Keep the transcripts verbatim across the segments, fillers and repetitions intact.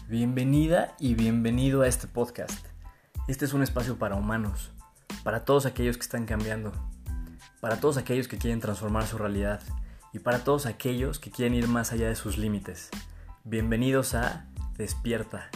Bienvenida y bienvenido a este podcast. Este es un espacio para humanos, para todos aquellos que están cambiando, para todos aquellos que quieren transformar su realidad y para todos aquellos que quieren ir más allá de sus límites. Bienvenidos a Despierta.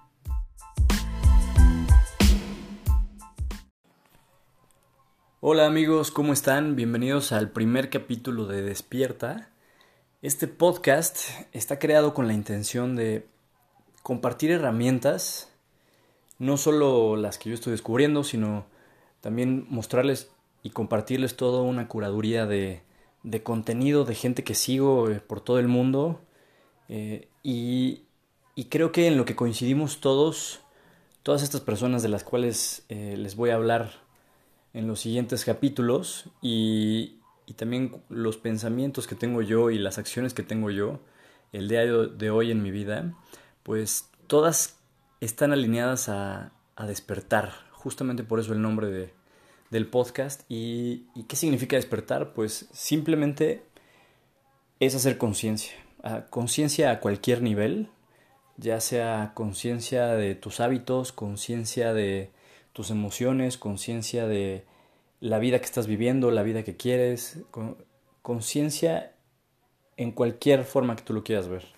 Hola amigos, ¿cómo están? Bienvenidos al primer capítulo de Despierta. Este podcast está creado con la intención de compartir herramientas, no solo las que yo estoy descubriendo, sino también mostrarles y compartirles toda una curaduría de, de contenido de gente que sigo eh, por todo el mundo. Eh, y, y creo que en lo que coincidimos todos, todas estas personas de las cuales eh, les voy a hablar en los siguientes capítulos y, y también los pensamientos que tengo yo y las acciones que tengo yo el día de hoy en mi vida, pues todas están alineadas a, a despertar. Justamente por eso el nombre de, del podcast. ¿Y, ¿Y qué significa despertar? Pues simplemente es hacer conciencia. Conciencia a cualquier nivel, ya sea conciencia de tus hábitos, conciencia de tus emociones, conciencia de la vida que estás viviendo, la vida que quieres, conciencia en cualquier forma que tú lo quieras ver.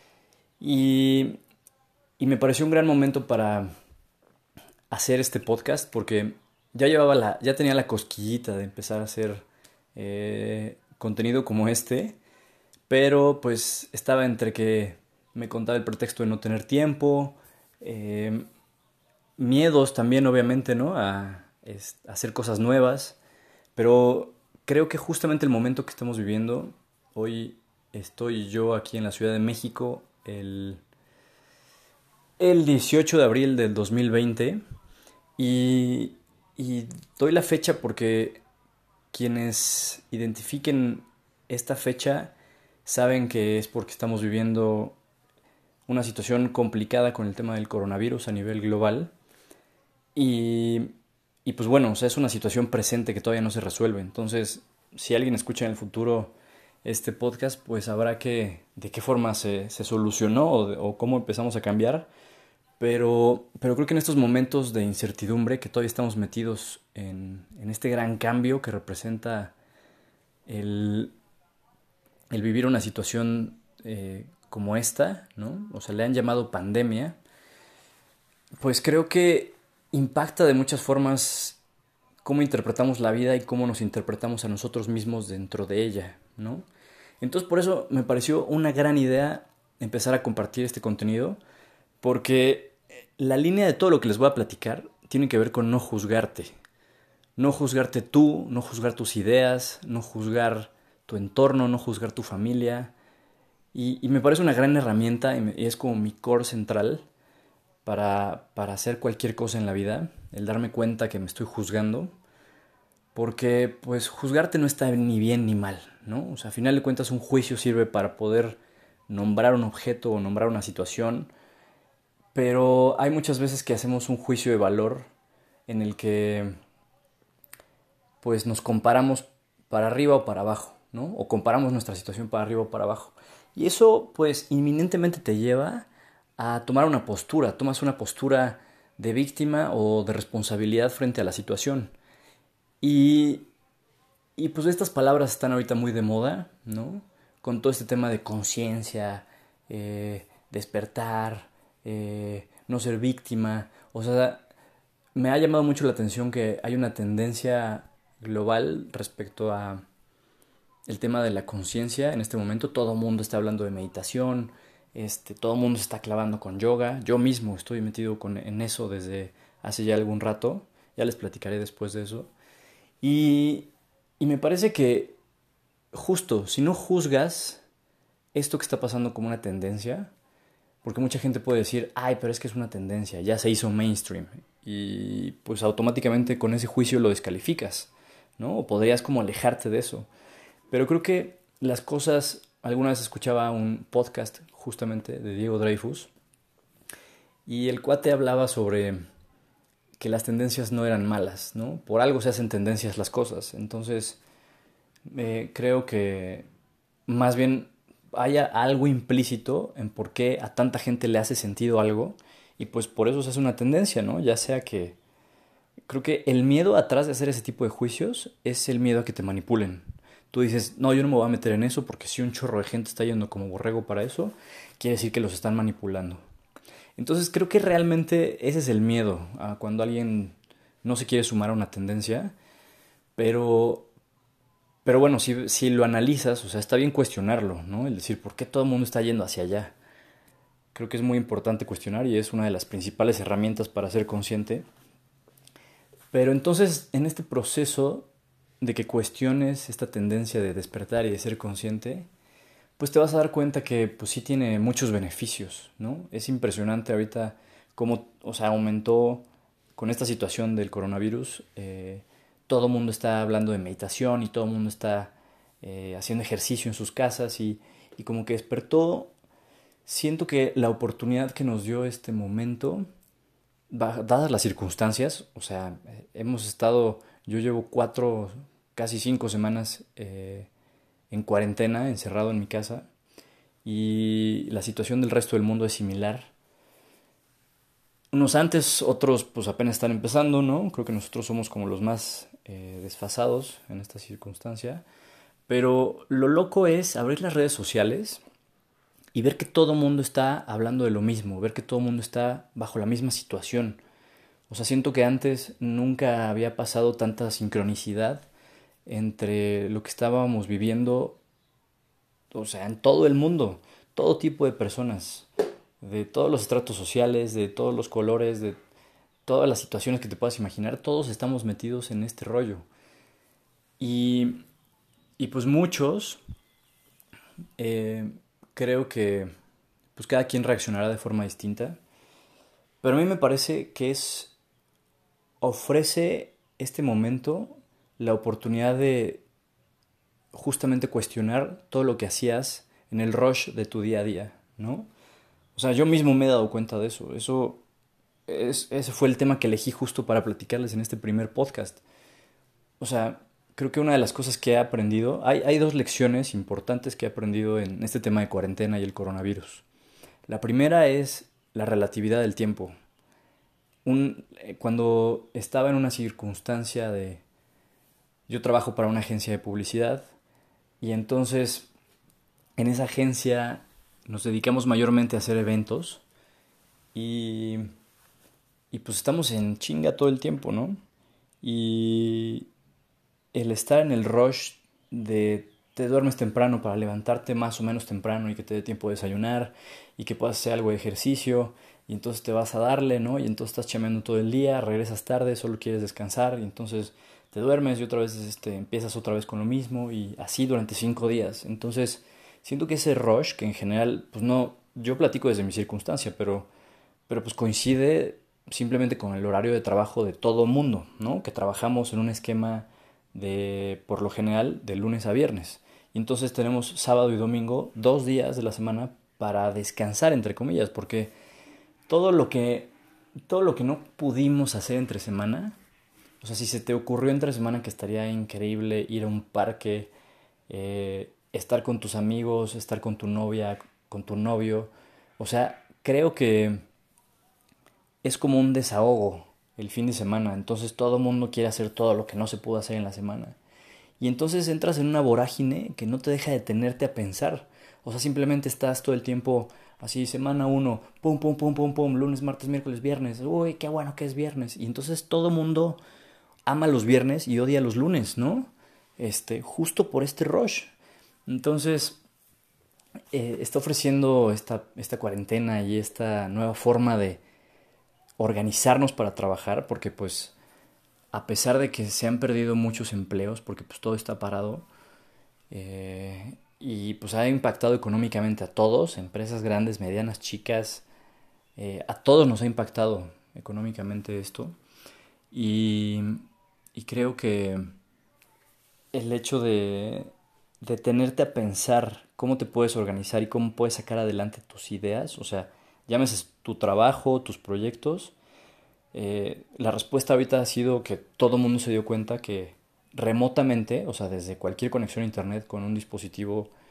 Y, y me pareció un gran momento para hacer este podcast porque ya llevaba la, ya tenía la cosquillita de empezar a hacer eh, contenido como este, pero pues estaba entre que me contaba el pretexto de no tener tiempo, eh, miedos también obviamente, ¿no? A, es, a hacer cosas nuevas, pero creo que justamente el momento que estamos viviendo, hoy estoy yo aquí en la Ciudad de México, el, el dieciocho de abril del dos mil veinte, y, y doy la fecha porque quienes identifiquen esta fecha saben que es porque estamos viviendo una situación complicada con el tema del coronavirus a nivel global y, y pues bueno, o sea, es una situación presente que todavía no se resuelve. Entonces, si alguien escucha en el futuro este podcast, pues sabrá que de qué forma se, se solucionó o, de, o cómo empezamos a cambiar. Pero, pero creo que en estos momentos de incertidumbre que todavía estamos metidos en, en este gran cambio que representa el, el vivir una situación eh, como esta, ¿no? O sea, le han llamado pandemia, pues creo que impacta de muchas formas cómo interpretamos la vida y cómo nos interpretamos a nosotros mismos dentro de ella, ¿no? Entonces por eso me pareció una gran idea empezar a compartir este contenido, porque la línea de todo lo que les voy a platicar tiene que ver con no juzgarte. No juzgarte tú, no juzgar tus ideas, no juzgar tu entorno, no juzgar tu familia. Y, y me parece una gran herramienta y, me, y es como mi core central para, para hacer cualquier cosa en la vida, el darme cuenta que me estoy juzgando. Porque pues juzgarte no está ni bien ni mal, ¿no? O sea, a final de cuentas un juicio sirve para poder nombrar un objeto o nombrar una situación, pero hay muchas veces que hacemos un juicio de valor en el que pues nos comparamos para arriba o para abajo, ¿no? O comparamos nuestra situación para arriba o para abajo. Y eso pues inminentemente te lleva a tomar una postura, tomas una postura de víctima o de responsabilidad frente a la situación. Y, y pues estas palabras están ahorita muy de moda, ¿no? Con todo este tema de conciencia, eh, despertar, eh, no ser víctima. O sea, me ha llamado mucho la atención que hay una tendencia global respecto a el tema de la conciencia. En este momento todo el mundo está hablando de meditación, este, todo el mundo se está clavando con yoga. Yo mismo estoy metido con, en eso desde hace ya algún rato. Ya les platicaré después de eso. Y, y me parece que justo, si no juzgas esto que está pasando como una tendencia, porque mucha gente puede decir, ay, pero es que es una tendencia, ya se hizo mainstream, y pues automáticamente con ese juicio lo descalificas, ¿no? O podrías como alejarte de eso. Pero creo que las cosas, alguna vez escuchaba un podcast justamente de Diego Dreyfus, y el cuate hablaba sobre que las tendencias no eran malas, ¿no? Por algo se hacen tendencias las cosas. Entonces, eh, creo que más bien haya algo implícito en por qué a tanta gente le hace sentido algo y pues por eso se hace una tendencia, ¿no? Ya sea que creo que el miedo atrás de hacer ese tipo de juicios es el miedo a que te manipulen. Tú dices, no, yo no me voy a meter en eso porque si un chorro de gente está yendo como borrego para eso, quiere decir que los están manipulando. Entonces creo que realmente ese es el miedo a cuando alguien no se quiere sumar a una tendencia, pero, pero bueno, si, si lo analizas, o sea, está bien cuestionarlo, ¿no? El decir, ¿por qué todo el mundo está yendo hacia allá? Creo que es muy importante cuestionar y es una de las principales herramientas para ser consciente. Pero entonces, en este proceso de que cuestiones esta tendencia de despertar y de ser consciente, pues te vas a dar cuenta que pues sí tiene muchos beneficios, ¿no? Es impresionante ahorita cómo, o sea, aumentó con esta situación del coronavirus. Eh, todo el mundo está hablando de meditación y todo el mundo está eh, haciendo ejercicio en sus casas y, y como que despertó. Siento que la oportunidad que nos dio este momento, dadas las circunstancias, o sea, eh, hemos estado, yo llevo cuatro, casi cinco semanas eh, en cuarentena, encerrado en mi casa, y la situación del resto del mundo es similar. Unos antes, otros pues apenas están empezando, ¿no? Creo que nosotros somos como los más eh, desfasados en esta circunstancia. Pero lo loco es abrir las redes sociales y ver que todo el mundo está hablando de lo mismo, ver que todo el mundo está bajo la misma situación. O sea, siento que antes nunca había pasado tanta sincronicidad entre lo que estábamos viviendo, o sea, en todo el mundo, todo tipo de personas, de todos los estratos sociales, de todos los colores, de todas las situaciones que te puedas imaginar, todos estamos metidos en este rollo. Y, y pues muchos, eh, creo que pues cada quien reaccionará de forma distinta, pero a mí me parece que es, ofrece este momento la oportunidad de justamente cuestionar todo lo que hacías en el rush de tu día a día, ¿no? O sea, yo mismo me he dado cuenta de eso. Eso es, ese fue el tema que elegí justo para platicarles en este primer podcast. O sea, creo que una de las cosas que he aprendido, hay, hay dos lecciones importantes que he aprendido en este tema de cuarentena y el coronavirus. La primera es la relatividad del tiempo. Un, eh, cuando estaba en una circunstancia de... Yo trabajo para una agencia de publicidad y entonces en esa agencia nos dedicamos mayormente a hacer eventos y, y pues estamos en chinga todo el tiempo, ¿no? Y el estar en el rush de te duermes temprano para levantarte más o menos temprano y que te dé tiempo de desayunar y que puedas hacer algo de ejercicio y entonces te vas a darle, ¿no? Y entonces estás chameando todo el día, regresas tarde, solo quieres descansar y entonces te duermes y otra vez este, empiezas otra vez con lo mismo y así durante cinco días. Entonces siento que ese rush, que en general, pues no, yo platico desde mi circunstancia, pero, pero pues coincide simplemente con el horario de trabajo de todo el mundo, ¿no? Que trabajamos en un esquema de, por lo general, de lunes a viernes. Y entonces tenemos sábado y domingo, dos días de la semana para descansar, entre comillas, porque todo lo que, todo lo que no pudimos hacer entre semana, o sea, si se te ocurrió entre semana que estaría increíble ir a un parque, eh, estar con tus amigos, estar con tu novia, con tu novio, o sea, creo que es como un desahogo el fin de semana, entonces todo el mundo quiere hacer todo lo que no se pudo hacer en la semana. Y entonces entras en una vorágine que no te deja detenerte a pensar. O sea, simplemente estás todo el tiempo así, semana uno, pum, pum, pum, pum, pum, lunes, martes, miércoles, viernes. Uy, qué bueno que es viernes. Y entonces todo mundo ama los viernes y odia los lunes, ¿no? Este, justo por este rush. Entonces, eh, está ofreciendo esta, esta cuarentena y esta nueva forma de organizarnos para trabajar, porque pues a pesar de que se han perdido muchos empleos, porque pues todo está parado, eh, y pues ha impactado económicamente a todos, empresas grandes, medianas, chicas, eh, a todos nos ha impactado económicamente esto. Y, y creo que el hecho de, de tenerte a pensar cómo te puedes organizar y cómo puedes sacar adelante tus ideas, o sea, llámese tu trabajo, tus proyectos, eh, la respuesta ahorita ha sido que todo el mundo se dio cuenta que remotamente, o sea, desde cualquier conexión a internet con un dispositivo,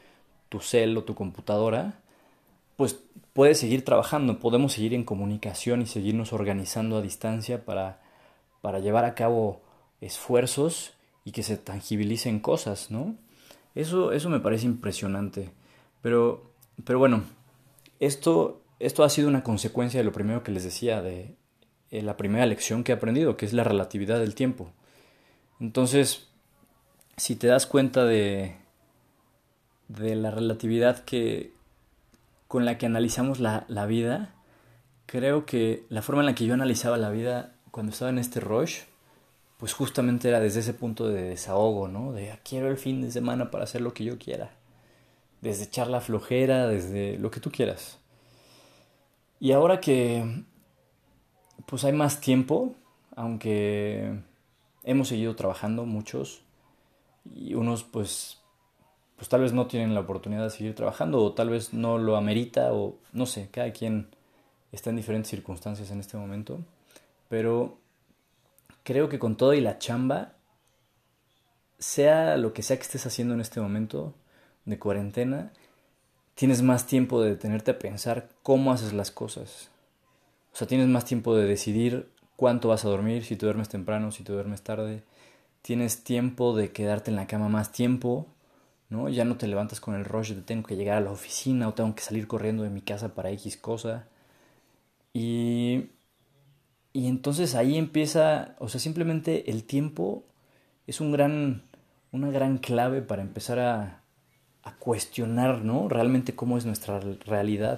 tu cel o tu computadora, pues puedes seguir trabajando, podemos seguir en comunicación y seguirnos organizando a distancia para, para llevar a cabo esfuerzos y que se tangibilicen cosas, ¿no? Eso, eso me parece impresionante. Pero, pero bueno, esto, esto ha sido una consecuencia de lo primero que les decía, de eh, la primera lección que he aprendido, que es la relatividad del tiempo. Entonces, si te das cuenta de, de la relatividad que, con la que analizamos la, la vida, creo que la forma en la que yo analizaba la vida cuando estaba en este rush, pues justamente era desde ese punto de desahogo, ¿no? De quiero el fin de semana para hacer lo que yo quiera. Desde echar la flojera, desde lo que tú quieras. Y ahora que pues hay más tiempo, aunque hemos seguido trabajando muchos, y unos pues pues tal vez no tienen la oportunidad de seguir trabajando o tal vez no lo amerita o no sé, cada quien está en diferentes circunstancias en este momento, pero creo que con todo y la chamba, sea lo que sea que estés haciendo en este momento de cuarentena, tienes más tiempo de detenerte a pensar cómo haces las cosas. O sea, tienes más tiempo de decidir cuánto vas a dormir, si te duermes temprano, si te duermes tarde. Tienes tiempo de quedarte en la cama más tiempo, ¿no? Ya no te levantas con el rush de tengo que llegar a la oficina o tengo que salir corriendo de mi casa para X cosa. Y, y entonces ahí empieza, o sea, simplemente el tiempo es un gran, una gran clave para empezar a, a cuestionar, ¿no? Realmente cómo es nuestra realidad.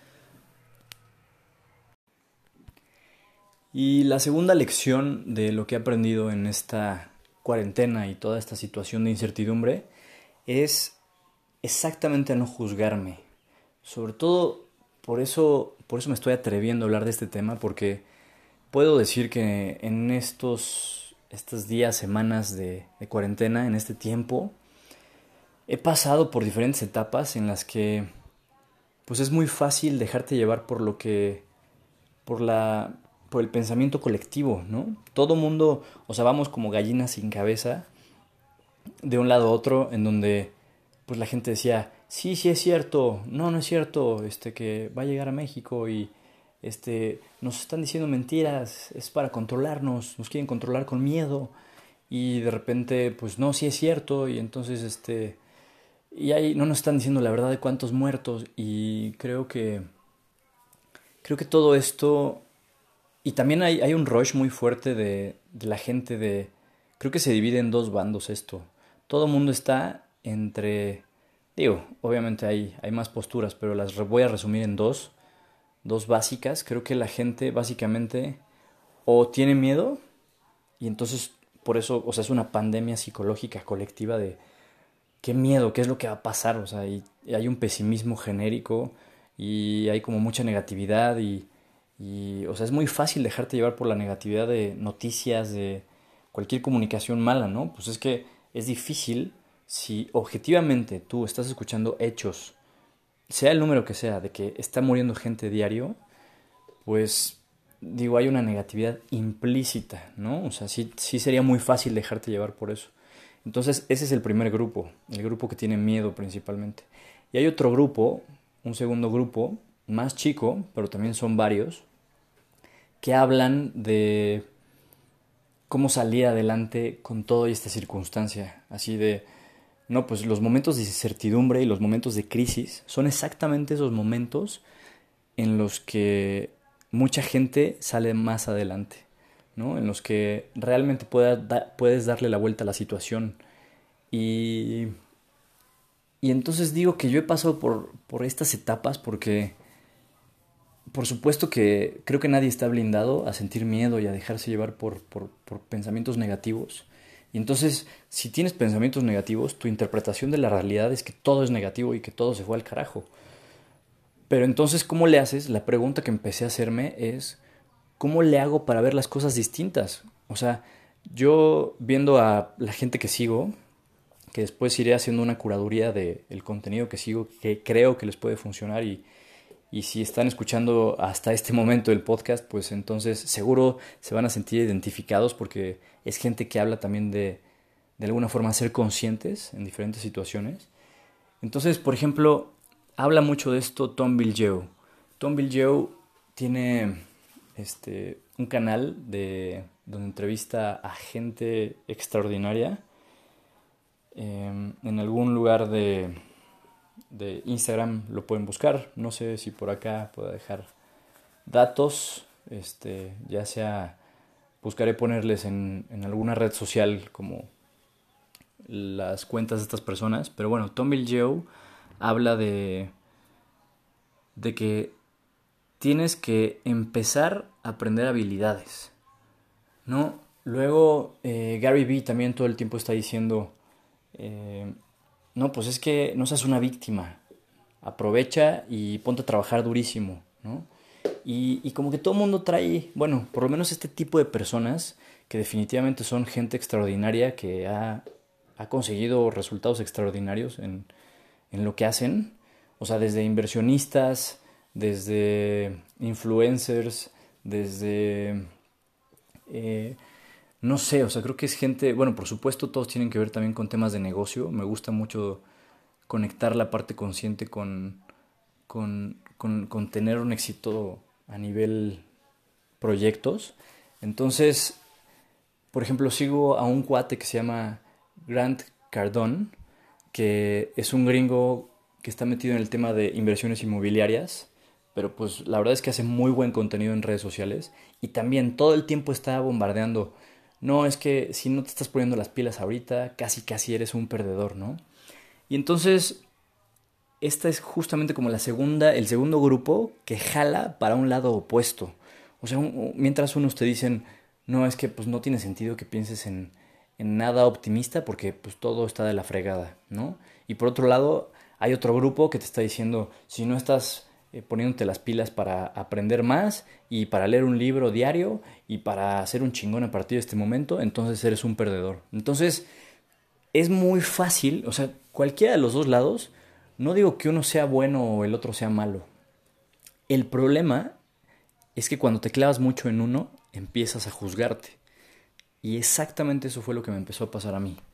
Y la segunda lección de lo que he aprendido en esta cuarentena y toda esta situación de incertidumbre es exactamente a no juzgarme. Sobre todo por eso, por eso me estoy atreviendo a hablar de este tema, porque puedo decir que en estos, estos días, semanas de, de cuarentena, en este tiempo, he pasado por diferentes etapas en las que pues es muy fácil dejarte llevar por lo que, por la, por el pensamiento colectivo, ¿no? Todo mundo, o sea, vamos como gallinas sin cabeza de un lado a otro, en donde pues la gente decía, sí, sí es cierto, no, no es cierto, este que va a llegar a México y este nos están diciendo mentiras, es para controlarnos, nos quieren controlar con miedo y de repente pues no, sí es cierto y entonces este y ahí no nos están diciendo la verdad de cuántos muertos y creo que creo que todo esto y también hay, hay un rush muy fuerte de, de la gente de creo que se divide en dos bandos esto. Todo el mundo está entre digo, obviamente hay, hay más posturas, pero las voy a resumir en dos, dos básicas. Creo que la gente básicamente o tiene miedo y entonces por eso, o sea, es una pandemia psicológica colectiva de qué miedo, qué es lo que va a pasar, o sea, y, y hay un pesimismo genérico y hay como mucha negatividad y, y, o sea, es muy fácil dejarte llevar por la negatividad de noticias, de cualquier comunicación mala, ¿no? Pues es que es difícil si objetivamente tú estás escuchando hechos, sea el número que sea, de que está muriendo gente diario, pues digo, hay una negatividad implícita, ¿no? O sea, sí, sí sería muy fácil dejarte llevar por eso. Entonces, ese es el primer grupo, el grupo que tiene miedo principalmente. Y hay otro grupo, un segundo grupo, más chico, pero también son varios, que hablan de cómo salir adelante con toda esta circunstancia. Así de, no, pues los momentos de incertidumbre y los momentos de crisis son exactamente esos momentos en los que mucha gente sale más adelante, ¿no? En los que realmente pueda da- puedes darle la vuelta a la situación. Y, y entonces digo que yo he pasado por, por estas etapas porque, por supuesto que creo que nadie está blindado a sentir miedo y a dejarse llevar por, por, por pensamientos negativos. Y entonces, si tienes pensamientos negativos, tu interpretación de la realidad es que todo es negativo y que todo se fue al carajo. Pero entonces, ¿cómo le haces? La pregunta que empecé a hacerme es, ¿cómo le hago para ver las cosas distintas? O sea, yo viendo a la gente que sigo, que después iré haciendo una curaduría del contenido que sigo, que creo que les puede funcionar y, y si están escuchando hasta este momento el podcast, pues entonces seguro se van a sentir identificados porque es gente que habla también de, de alguna forma ser conscientes en diferentes situaciones. Entonces, por ejemplo, habla mucho de esto Tom Bilyeu. Tom Bilyeu tiene este, un canal de, donde entrevista a gente extraordinaria eh, en algún lugar de, de Instagram lo pueden buscar. No sé si por acá puedo dejar datos, este, ya sea buscaré ponerles en, en alguna red social como las cuentas de estas personas. Pero bueno, Tom Bilyeu habla de, de que tienes que empezar a aprender habilidades, ¿no? Luego eh, Gary Vee también todo el tiempo está diciendo, eh, no, pues es que no seas una víctima, aprovecha y ponte a trabajar durísimo, ¿no? Y, y como que todo el mundo trae, bueno, por lo menos este tipo de personas que definitivamente son gente extraordinaria que ha, ha conseguido resultados extraordinarios en, en lo que hacen. O sea, desde inversionistas, desde influencers, desde... eh, no sé, o sea, creo que es gente, bueno, por supuesto todos tienen que ver también con temas de negocio. Me gusta mucho conectar la parte consciente con, con, con, con tener un éxito a nivel proyectos. Entonces, por ejemplo, sigo a un cuate que se llama Grant Cardone, que es un gringo que está metido en el tema de inversiones inmobiliarias, pero pues la verdad es que hace muy buen contenido en redes sociales y también todo el tiempo está bombardeando. No, es que si no te estás poniendo las pilas ahorita, casi casi eres un perdedor, ¿no? Y entonces, esta es justamente como la segunda, el segundo grupo que jala para un lado opuesto. O sea, un- mientras unos te dicen, no, es que pues no tiene sentido que pienses en, en nada optimista porque pues todo está de la fregada, ¿no? Y por otro lado, hay otro grupo que te está diciendo, si no estás eh, poniéndote las pilas para aprender más y para leer un libro diario y para ser un chingón a partir de este momento, entonces eres un perdedor. Entonces, es muy fácil, o sea, cualquiera de los dos lados, no digo que uno sea bueno o el otro sea malo. El problema es que cuando te clavas mucho en uno, empiezas a juzgarte. Y exactamente eso fue lo que me empezó a pasar a mí.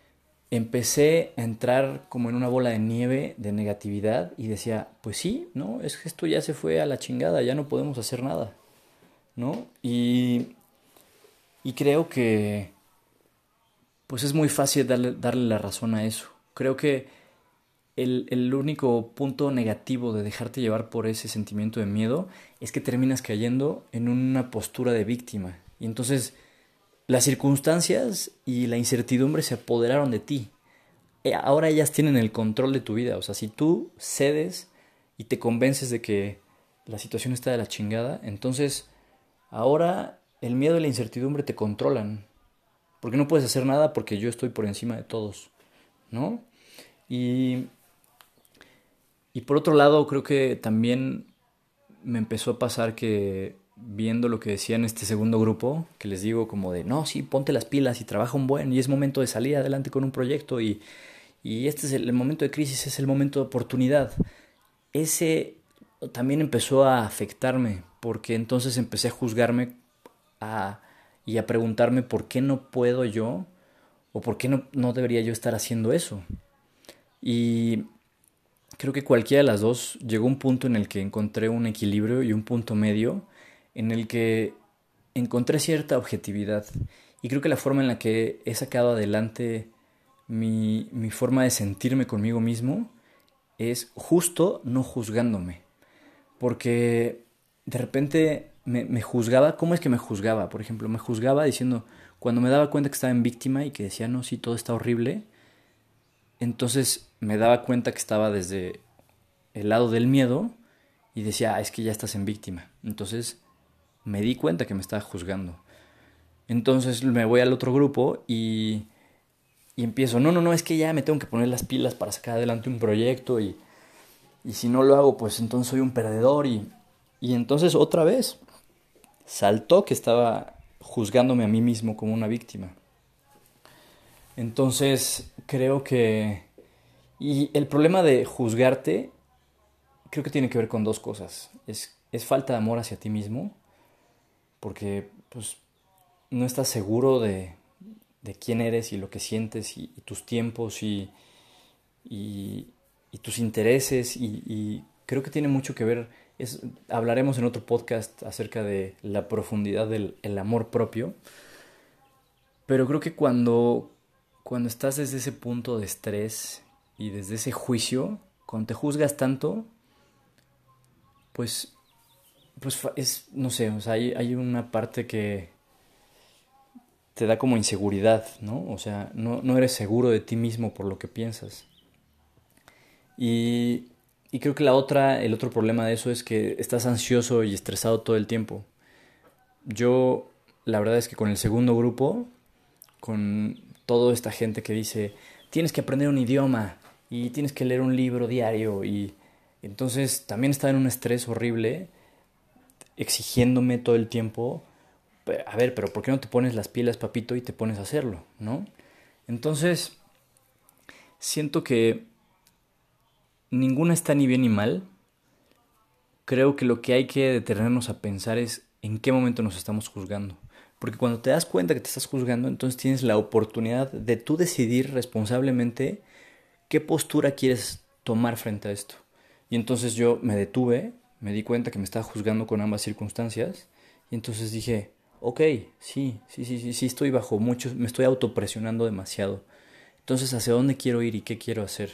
Empecé a entrar como en una bola de nieve de negatividad y decía, pues sí, ¿no? Es que esto ya se fue a la chingada, ya no podemos hacer nada, ¿no? Y, y creo que pues es muy fácil darle, darle la razón a eso. Creo que el, el único punto negativo de dejarte llevar por ese sentimiento de miedo es que terminas cayendo en una postura de víctima. Y entonces las circunstancias y la incertidumbre se apoderaron de ti. Eh, Ahora ellas tienen el control de tu vida. O sea, si tú cedes y te convences de que la situación está de la chingada, entonces ahora el miedo y la incertidumbre te controlan. Porque no puedes hacer nada porque yo estoy por encima de todos, ¿no? Y Y por otro lado, creo que también me empezó a pasar que viendo lo que decía en este segundo grupo, que les digo como de, no, sí, ponte las pilas y trabaja un buen y es momento de salir adelante con un proyecto y, y este es el, el momento de crisis, es el momento de oportunidad. Ese también empezó a afectarme porque entonces empecé a juzgarme a, y a preguntarme por qué no puedo yo o por qué no, no debería yo estar haciendo eso. Y creo que cualquiera de las dos llegó a un punto en el que encontré un equilibrio y un punto medio en el que encontré cierta objetividad. Y creo que la forma en la que he sacado adelante mi, mi forma de sentirme conmigo mismo es justo no juzgándome. Porque de repente me, me juzgaba. ¿Cómo es que me juzgaba? Por ejemplo, me juzgaba diciendo, cuando me daba cuenta que estaba en víctima y que decía, no, sí, todo está horrible, entonces me daba cuenta que estaba desde el lado del miedo y decía, ah, es que ya estás en víctima. Entonces me di cuenta que me estaba juzgando. Entonces me voy al otro grupo y, y empiezo, no, no, no, es que ya me tengo que poner las pilas para sacar adelante un proyecto y, y si no lo hago, pues entonces soy un perdedor. Y, y entonces otra vez saltó que estaba juzgándome a mí mismo como una víctima. Entonces creo que... Y el problema de juzgarte creo que tiene que ver con dos cosas. Es, es falta de amor hacia ti mismo, porque pues no estás seguro de, de quién eres y lo que sientes y, y tus tiempos y, y, y tus intereses y, y creo que tiene mucho que ver, es, hablaremos en otro podcast acerca de la profundidad del el amor propio, pero creo que cuando, cuando estás desde ese punto de estrés y desde ese juicio, cuando te juzgas tanto, pues, pues es, no sé, o sea, hay, hay una parte que te da como inseguridad, ¿no? O sea, no, no eres seguro de ti mismo por lo que piensas. Y, y creo que la otra, el otro problema de eso es que estás ansioso y estresado todo el tiempo. Yo, la verdad es que con el segundo grupo, con toda esta gente que dice, tienes que aprender un idioma y tienes que leer un libro diario y entonces también estaba en un estrés horrible, exigiéndome todo el tiempo, a ver, pero ¿por qué no te pones las pilas, papito, y te pones a hacerlo, ¿no? Entonces, siento que ninguna está ni bien ni mal. Creo que lo que hay que detenernos a pensar es en qué momento nos estamos juzgando. Porque cuando te das cuenta que te estás juzgando, entonces tienes la oportunidad de tú decidir responsablemente qué postura quieres tomar frente a esto. Y entonces yo me detuve, me di cuenta que me estaba juzgando con ambas circunstancias, y entonces dije, ok, sí, sí, sí, sí, sí estoy bajo mucho, me estoy autopresionando demasiado. Entonces, ¿hacia dónde quiero ir y qué quiero hacer?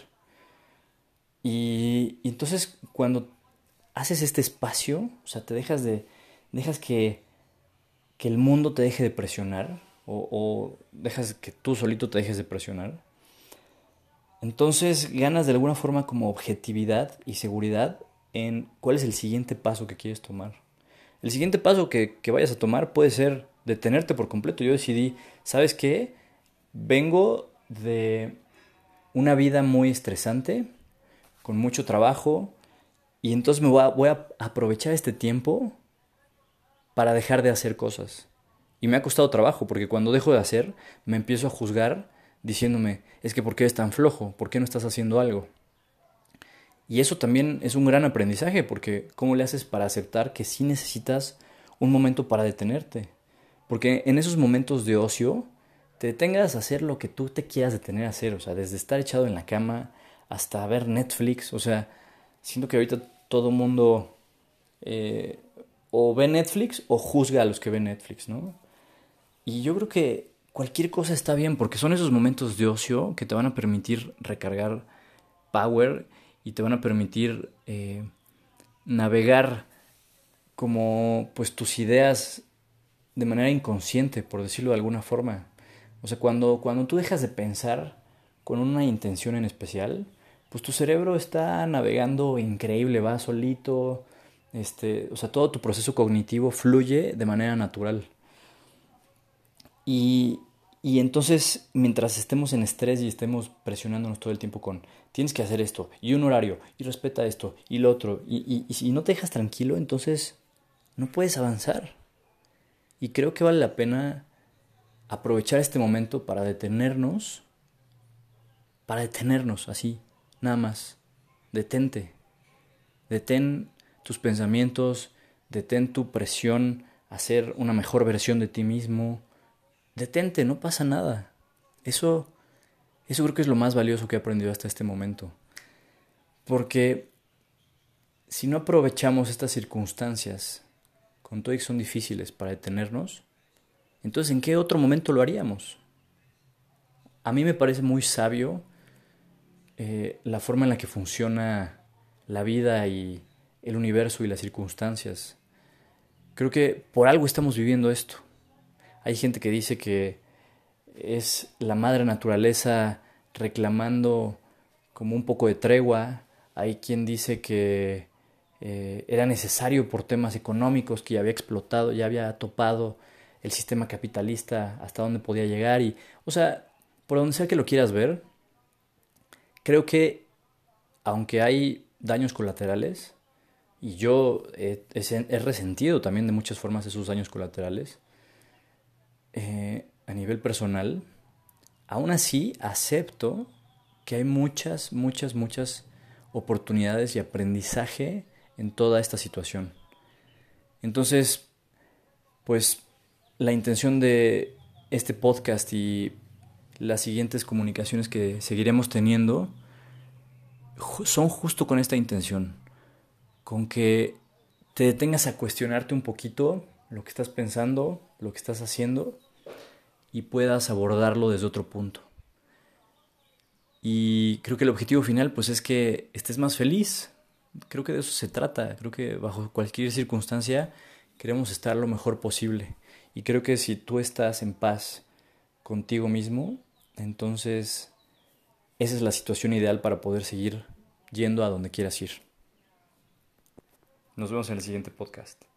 Y, y entonces cuando haces este espacio, o sea, te dejas de, dejas que, que el mundo te deje de presionar, o, o dejas que tú solito te dejes de presionar, entonces ganas de alguna forma como objetividad y seguridad en cuál es el siguiente paso que quieres tomar. El siguiente paso que, que vayas a tomar puede ser detenerte por completo. Yo decidí, ¿sabes qué? Vengo de una vida muy estresante, con mucho trabajo, y entonces me voy a, voy a aprovechar este tiempo para dejar de hacer cosas. Y me ha costado trabajo, porque cuando dejo de hacer, me empiezo a juzgar diciéndome, es que ¿por qué eres tan flojo? ¿Por qué no estás haciendo algo? Y eso también es un gran aprendizaje, porque ¿cómo le haces para aceptar que sí necesitas un momento para detenerte? Porque en esos momentos de ocio, te detengas a hacer lo que tú te quieras detener a hacer, o sea, desde estar echado en la cama hasta ver Netflix, o sea, siento que ahorita todo mundo eh, o ve Netflix o juzga a los que ven Netflix, ¿no? Y yo creo que cualquier cosa está bien porque son esos momentos de ocio que te van a permitir recargar power y te van a permitir eh, navegar como pues tus ideas de manera inconsciente, por decirlo de alguna forma. O sea, cuando, cuando tú dejas de pensar con una intención en especial, pues tu cerebro está navegando increíble, va solito, este, o sea, todo tu proceso cognitivo fluye de manera natural. Y, y entonces, mientras estemos en estrés y estemos presionándonos todo el tiempo con tienes que hacer esto, y un horario, y respeta esto, y lo otro, y, y, y si no te dejas tranquilo, entonces no puedes avanzar. Y creo que vale la pena aprovechar este momento para detenernos, para detenernos así, nada más. Detente, detén tus pensamientos, detén tu presión a ser una mejor versión de ti mismo. Detente, no pasa nada. Eso, eso creo que es lo más valioso que he aprendido hasta este momento. Porque si no aprovechamos estas circunstancias, con todo y que son difíciles para detenernos, entonces ¿en qué otro momento lo haríamos? A mí me parece muy sabio eh, la forma en la que funciona la vida y el universo y las circunstancias. Creo que por algo estamos viviendo esto. Hay gente que dice que es la madre naturaleza reclamando como un poco de tregua. Hay quien dice que eh, era necesario por temas económicos, que ya había explotado, ya había topado el sistema capitalista hasta donde podía llegar. Y, o sea, por donde sea que lo quieras ver, creo que aunque hay daños colaterales, y yo he, he resentido también de muchas formas esos daños colaterales, eh, a nivel personal, aún así acepto que hay muchas, muchas, muchas oportunidades y aprendizaje en toda esta situación. Entonces, pues la intención de este podcast y las siguientes comunicaciones que seguiremos teniendo ju- son justo con esta intención, con que te detengas a cuestionarte un poquito lo que estás pensando, lo que estás haciendo y puedas abordarlo desde otro punto. Y creo que el objetivo final pues es que estés más feliz. Creo que de eso se trata. Creo que bajo cualquier circunstancia queremos estar lo mejor posible. Y creo que si tú estás en paz contigo mismo, entonces esa es la situación ideal para poder seguir yendo a donde quieras ir. Nos vemos en el siguiente podcast.